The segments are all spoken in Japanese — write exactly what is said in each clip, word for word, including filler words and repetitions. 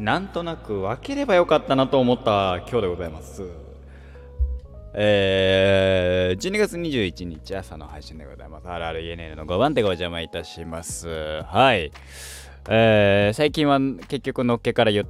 なんとなく分ければよかったなと思った今日でございます。えー、じゅうにがつにじゅういちにち朝の配信でございます。アールアールイーエヌエル のごばん手がお邪魔いたします。はい。えー、最近は結局のっけから言って、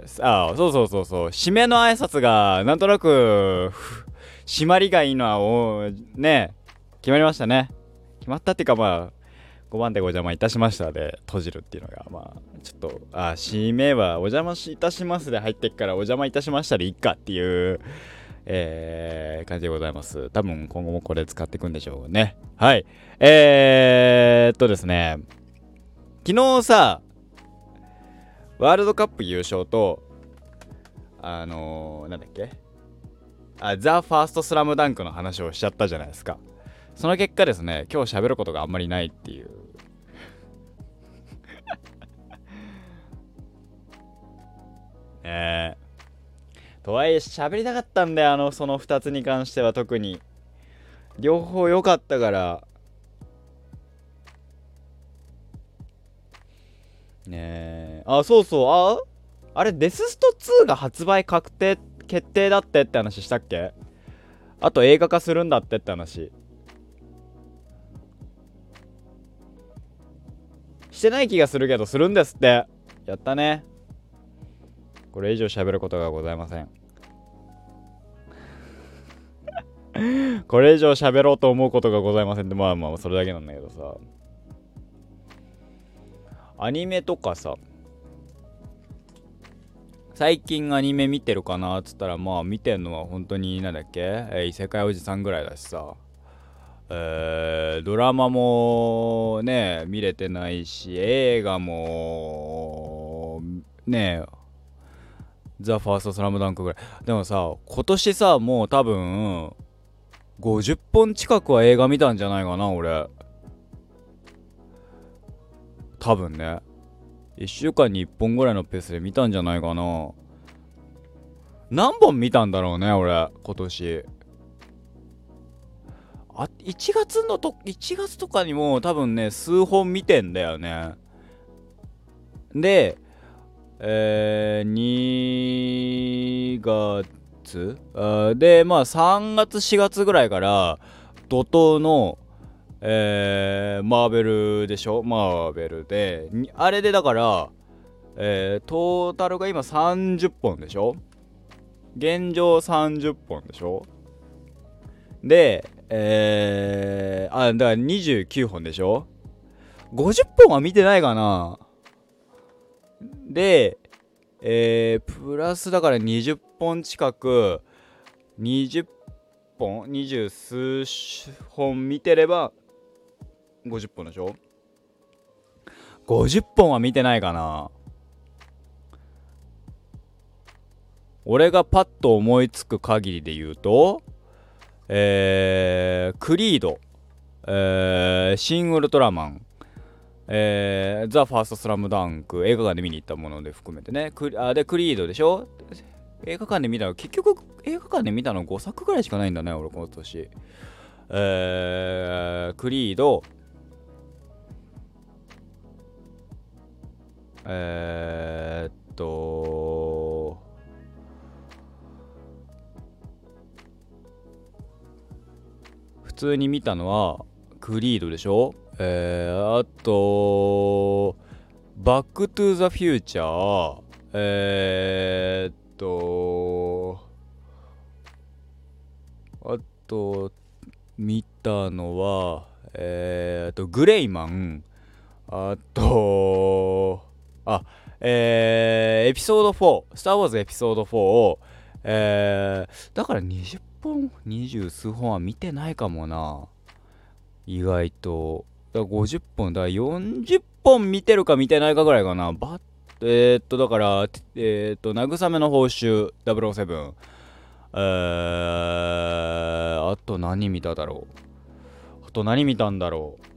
あ、そうそうそうそう、締めの挨拶がなんとなく、締まりがいいのはおね、決まりましたね。決まったっていうかまあ、ごばんでお邪魔いたしましたで閉じるっていうのがまあちょっとあ締めはお邪魔いたしますで入ってっからお邪魔いたしましたでいっかっていう、えー、感じでございます。多分今後もこれ使っていくんでしょうね。はい。えー、っとですね、昨日さワールドカップ優勝とあのー、なんだっけあザ・ファーストスラムダンクの話をしちゃったじゃないですか。その結果ですね、今日喋ることがあんまりないっていう。えー、とはいえ喋りたかったんだよ、あのそのふたつに関しては。特に両方良かったからね。えあそうそう、ああれデスストツーが発売確定決定だってって話したっけ。あと映画化するんだってって話してない気がするけど、するんですって。やったね。これ以上喋ることがございません。これ以上喋ろうと思うことがございませんって、まあまあそれだけなんだけどさ、アニメとかさ、最近アニメ見てるかなっつったら、まあ見てんのは本当になんだっけ、えー異世界おじさんぐらいだしさ、えードラマもね見れてないし、映画もねザ・ファーストスラムダンクぐらい。でもさ、今年さもう多分ごじゅっぽん近くは映画見たんじゃないかな俺。多分ね、いっしゅうかんにいっぽんぐらいのペースで見たんじゃないかな。何本見たんだろうね俺今年。あいちがつのといちがつとかにも多分ね数本見てんだよね。で、えー、にがつあでまあさんがつしがつぐらいから怒涛のえー、マーベルでしょ。マーベルであれでだから、えー、トータルが今さんじゅっぽんでしょ。現状さんじゅっぽんでしょ。で、えー、あ、だからにじゅうきゅうほんでしょ。ごじゅっぽんは見てないかな。で、えー、プラスだからにじゅっぽん近く、にじゅっぽん、にじゅう数本見てればごじゅっぽんでしょ。ごじゅっぽんは見てないかな。俺がパッと思いつく限りで言うと、えー、クリード、えー、シン・ウルトラマン、えー、ザ・ファースト・スラムダンク、映画館で見に行ったもので含めてね。クあで、クリードでしょ。映画館で見たの、結局映画館で見たのごさくぐらいしかないんだね、俺今年。えー、クリード、えー、っと、普通に見たのは、クリードでしょ。えー、あと、バックトゥーザフューチャー、えー、っと、あと、見たのは、えー、あと、グレイマン、あと、あ、えー、エピソードフォー、スター・ウォーズエピソードフォーを、えー、だからにじゅっぽん、にじゅう数本は見てないかもな。意外と。だからごじゅっぽん、だからよんじゅっぽん見てるか見てないかぐらいかな。バッえー、っと、だから、えー、っと、慰めの報酬、ダブルオーセブン。えー、あと何見ただろう。あと何見たんだろう。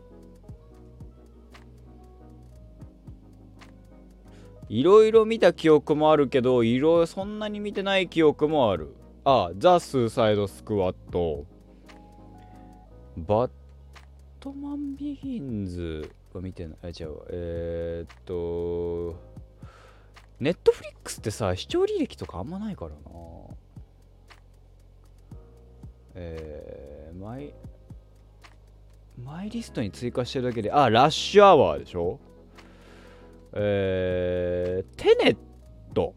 いろいろ見た記憶もあるけど、いろそんなに見てない記憶もある。あ、ザ・スーサイド・スクワット、バットマン・ビギンズは見てない。あ、違う。えー、っと、 ネットフリックスってさ、視聴履歴とかあんまないからな。えー、マイ、マイリストに追加してるだけで、あ、ラッシュアワーでしょ。えー、テネット。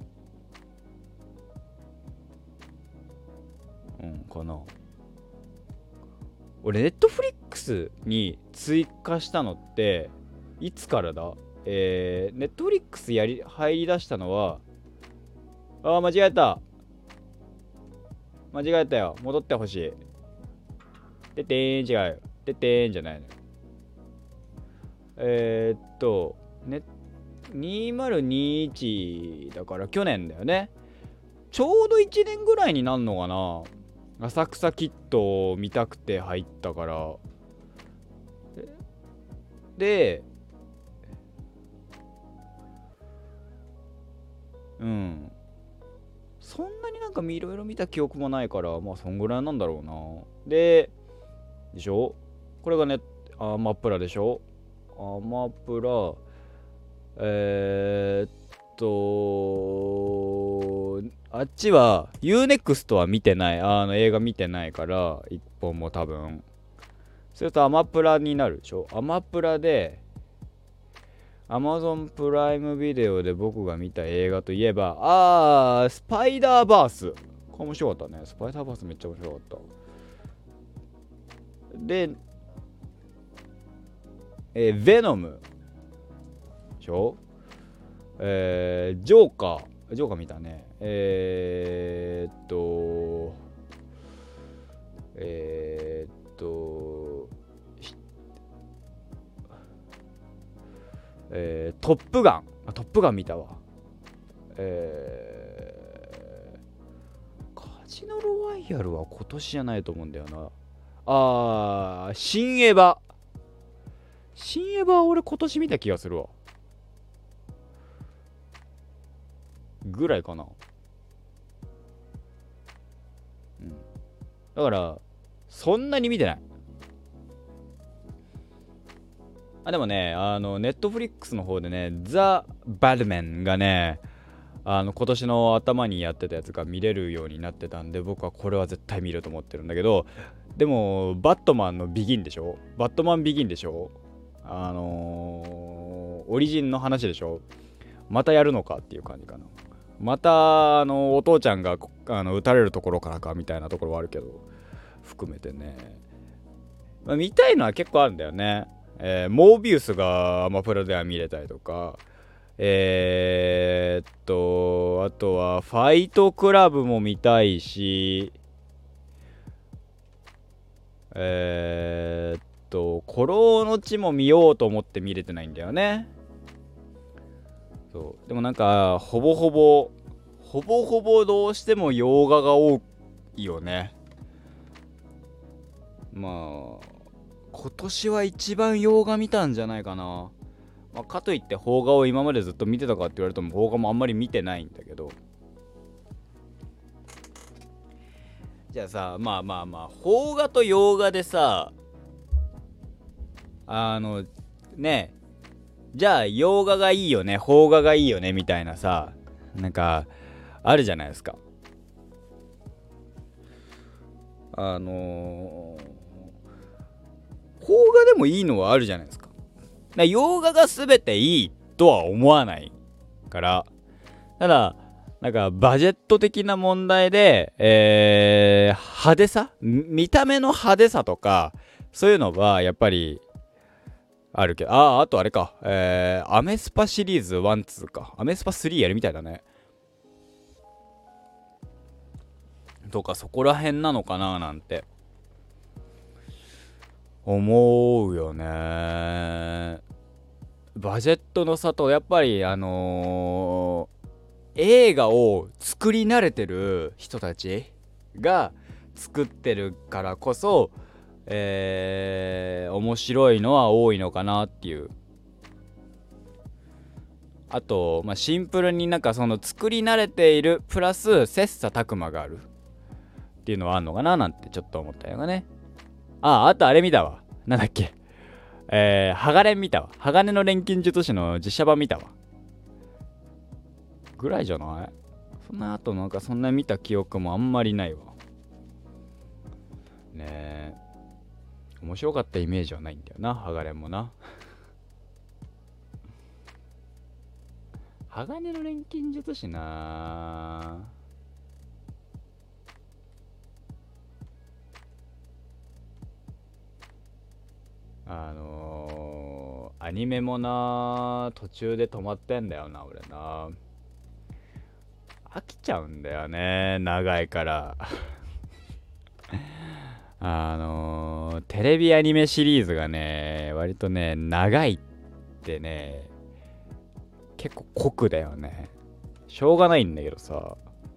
うん、かな。俺、ネットフリックスに追加したのって、いつからだ？えー、ネットフリックスやり、入り出したのは、あー、間違えた。間違えたよ。戻ってほしい。ててーん、違うよ。ててーんじゃないのよ。えー、っと、ね、にせんにじゅういちだから去年だよね。ちょうどいちねんぐらいになるのかな。浅草キッドを見たくて入ったから。で、うん。そんなになんかいろいろ見た記憶もないから、まあそんぐらいなんだろうな。で、でしょ、これがね、アマプラでしょ。アマプラ、えー、っと、あっちは ユーネクスト は見てない。あの映画見てないから、一本も多分。それとアマプラになるでしょ。アマプラで、アマゾンプライムビデオで僕が見た映画といえば、あー、スパイダーバース。これ面白かったね。スパイダーバースめっちゃ面白かった。で、えー、ヴェノムでしょ。えー、ジョーカー。ジョーカー見たね。えー、っと、えー、っと、えー、トップガン。あ、トップガン見たわ。えー、カジノロワイヤルは今年じゃないと思うんだよな。あー、新エヴァ。新エヴァは俺今年見た気がするわ。ぐらいかな。うん。だから、そんなに見てない。あ、でもね、あの、ネットフリックスの方でね、ザ・バッドメンがね、あの、今年の頭にやってたやつが見れるようになってたんで、僕はこれは絶対見ると思ってるんだけど、でも、バットマンのビギンでしょ。バットマンビギンでしょ。あのー、オリジンの話でしょ。またやるのかっていう感じかな。また、あの、お父ちゃんが、あの、撃たれるところからかみたいなところはあるけど、含めてね。まあ、見たいのは結構あるんだよね。えー、モービウスがアマプラでは見れたりとか、えー、っと、あとは、ファイトクラブも見たいし、えー、っと、古老の地も見ようと思って見れてないんだよね。そう。でもなんか、ほぼほぼ、ほぼほぼどうしても洋画が多いよね。まあ、今年は一番洋画見たんじゃないかな。まあ、かといって邦画を今までずっと見てたかって言われても邦画もあんまり見てないんだけど。じゃあさ、まあまあまあ、邦画と洋画でさ、あの、ね、じゃあ洋画がいいよね、邦画がいいよね、みたいなさ、なんか、あるじゃないですか。あのー、邦画でもいいのはあるじゃないですか。だ洋画が全ていいとは思わないから。ただ、なんかバジェット的な問題で、えー、派手さ見た目の派手さとか、そういうのはやっぱりあるけど、ああ、あとあれか、えー、アメスパシリーズいち、にか。アメスパスリーやるみたいだね。とか、そこら辺なのかななんて思うよね。バジェットの差と、やっぱりあのー、映画を作り慣れてる人たちが作ってるからこそ、えー、面白いのは多いのかなっていう。あと、まあ、シンプルになんかその作り慣れているプラス切磋琢磨があるっていうのはあるのかななんてちょっと思ったよね。ああ、あとあれ見たわ。なんだっけ。えー、鋼見たわ。鋼の錬金術師の実写版見たわ。 ぐらいじゃない？その後なんかそんな見た記憶もあんまりないわ。ねえ。面白かったイメージはないんだよな、鋼もな。鋼の錬金術師な。あのー、アニメもな、途中で止まってんだよな、俺な。飽きちゃうんだよね、長いから。あのー、テレビアニメシリーズがね、割とね、長いってね、結構酷だよね。しょうがないんだけどさ。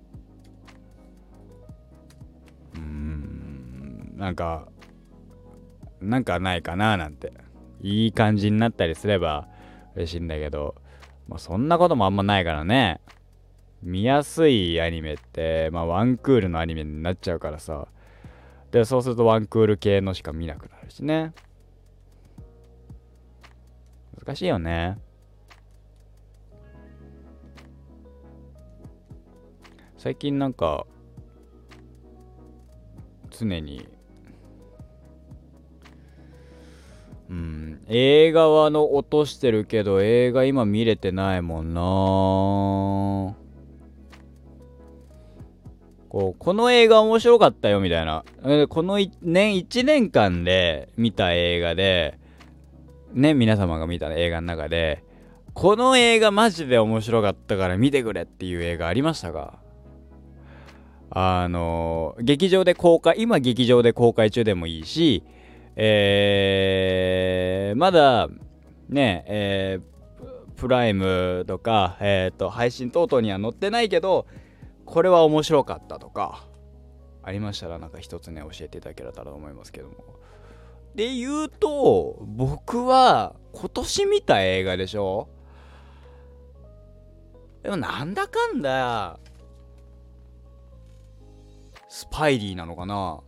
うーん、なんか、なんかないかななんて。いい感じになったりすれば嬉しいんだけど、まあ、そんなこともあんまないからね。見やすいアニメって、まあ、ワンクールのアニメになっちゃうからさ。で、そうするとワンクール系のしか見なくなるしね。難しいよね。最近なんか、常に、うん、映画はの落としてるけど、映画今見れてないもんな。こう、この映画面白かったよみたいな。この年、いちねんかんで見た映画で、ね、皆様が見た映画の中で、この映画マジで面白かったから見てくれっていう映画ありましたか？あのー、劇場で公開、今劇場で公開中でもいいし、えー、まだ、ね、えー、プライムとか、えっと、配信等々には載ってないけど、これは面白かったとか、ありましたらなんか一つね、教えていただけたらと思いますけども。で言うと、僕は今年見た映画でしょ？でもなんだかんだ、スパイリーなのかな。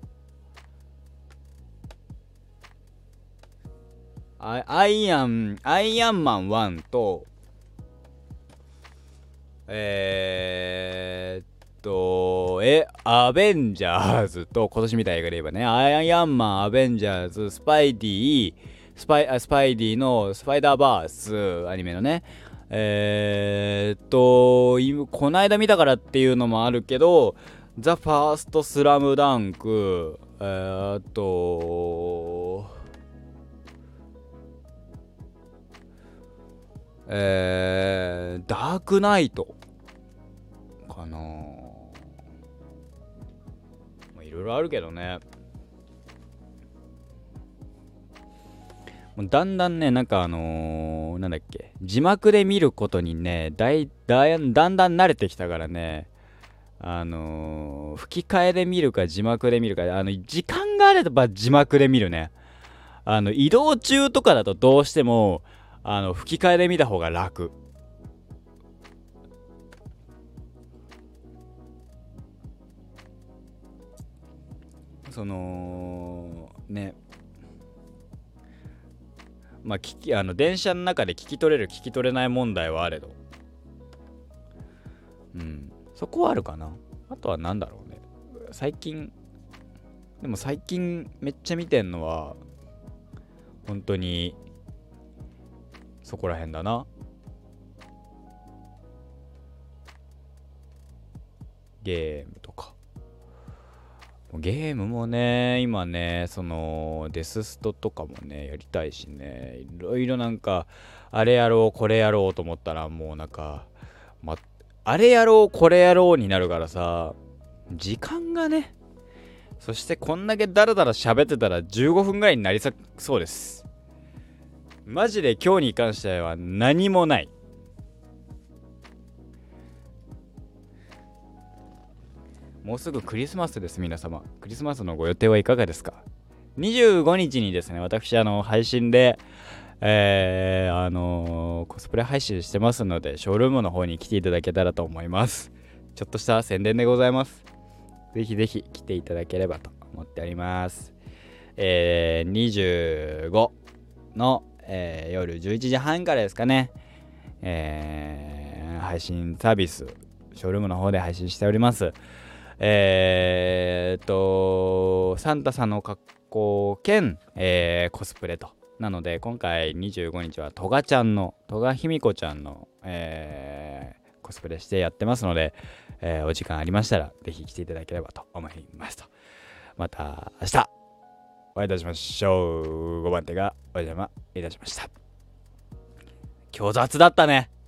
アアイアン、アイアンマンワンと、えー、っと、え、アベンジャーズと、今年見た映画で言えばね、アイアンマン、アベンジャーズ、スパイディ、スパイ、あスパイディのスパイダーバース、アニメのね、えー、っと、こないだ見たからっていうのもあるけど、ザ・ファースト・スラムダンク、えー、っと、えー、ダークナイトかな。いろいろあるけどね。もうだんだんね、なんかあのー、なんだっけ、字幕で見ることにね、だいだいだんだん慣れてきたからね、あのー、吹き替えで見るか字幕で見るか、あの時間があれば字幕で見るね。あの移動中とかだとどうしてもあの吹き替えで見た方が楽。そのね、まあ聞きあの電車の中で聞き取れる聞き取れない問題はあれど、うん、そこはあるかな。あとはなんだろうね、最近、でも最近めっちゃ見てんのは本当にそこら辺だな。ゲームとか、ゲームもね、今ね、そのデスストとかもねやりたいしね、いろいろなんかあれやろうこれやろうと思ったらもうなんか、ま、あれやろうこれやろうになるからさ、時間がね、そしてこんだけダラダラ喋ってたらじゅうごふんぐらいになりそうです。マジで今日に関しては何もない。もうすぐクリスマスです。皆様、クリスマスのご予定はいかがですか？にじゅうごにちにですね、私あの配信でえー、あのー、コスプレ配信してますので、ショールームの方に来ていただけたらと思います。ちょっとした宣伝でございます。ぜひぜひ来ていただければと思っております。えー、にじゅうごの、えー、夜じゅういちじはんからですかね、えー、 配信サービスショールームの方で配信しております。えー、っとサンタさんの格好兼、えー、コスプレとなので、今回にじゅうごにちはトガちゃんのトガヒミコちゃんの、えー、コスプレしてやってますので、えー、お時間ありましたらぜひ来ていただければと思いますと。また明日お会いいたしましょう。ごばん手がお邪魔いたしました。今日雑だったね。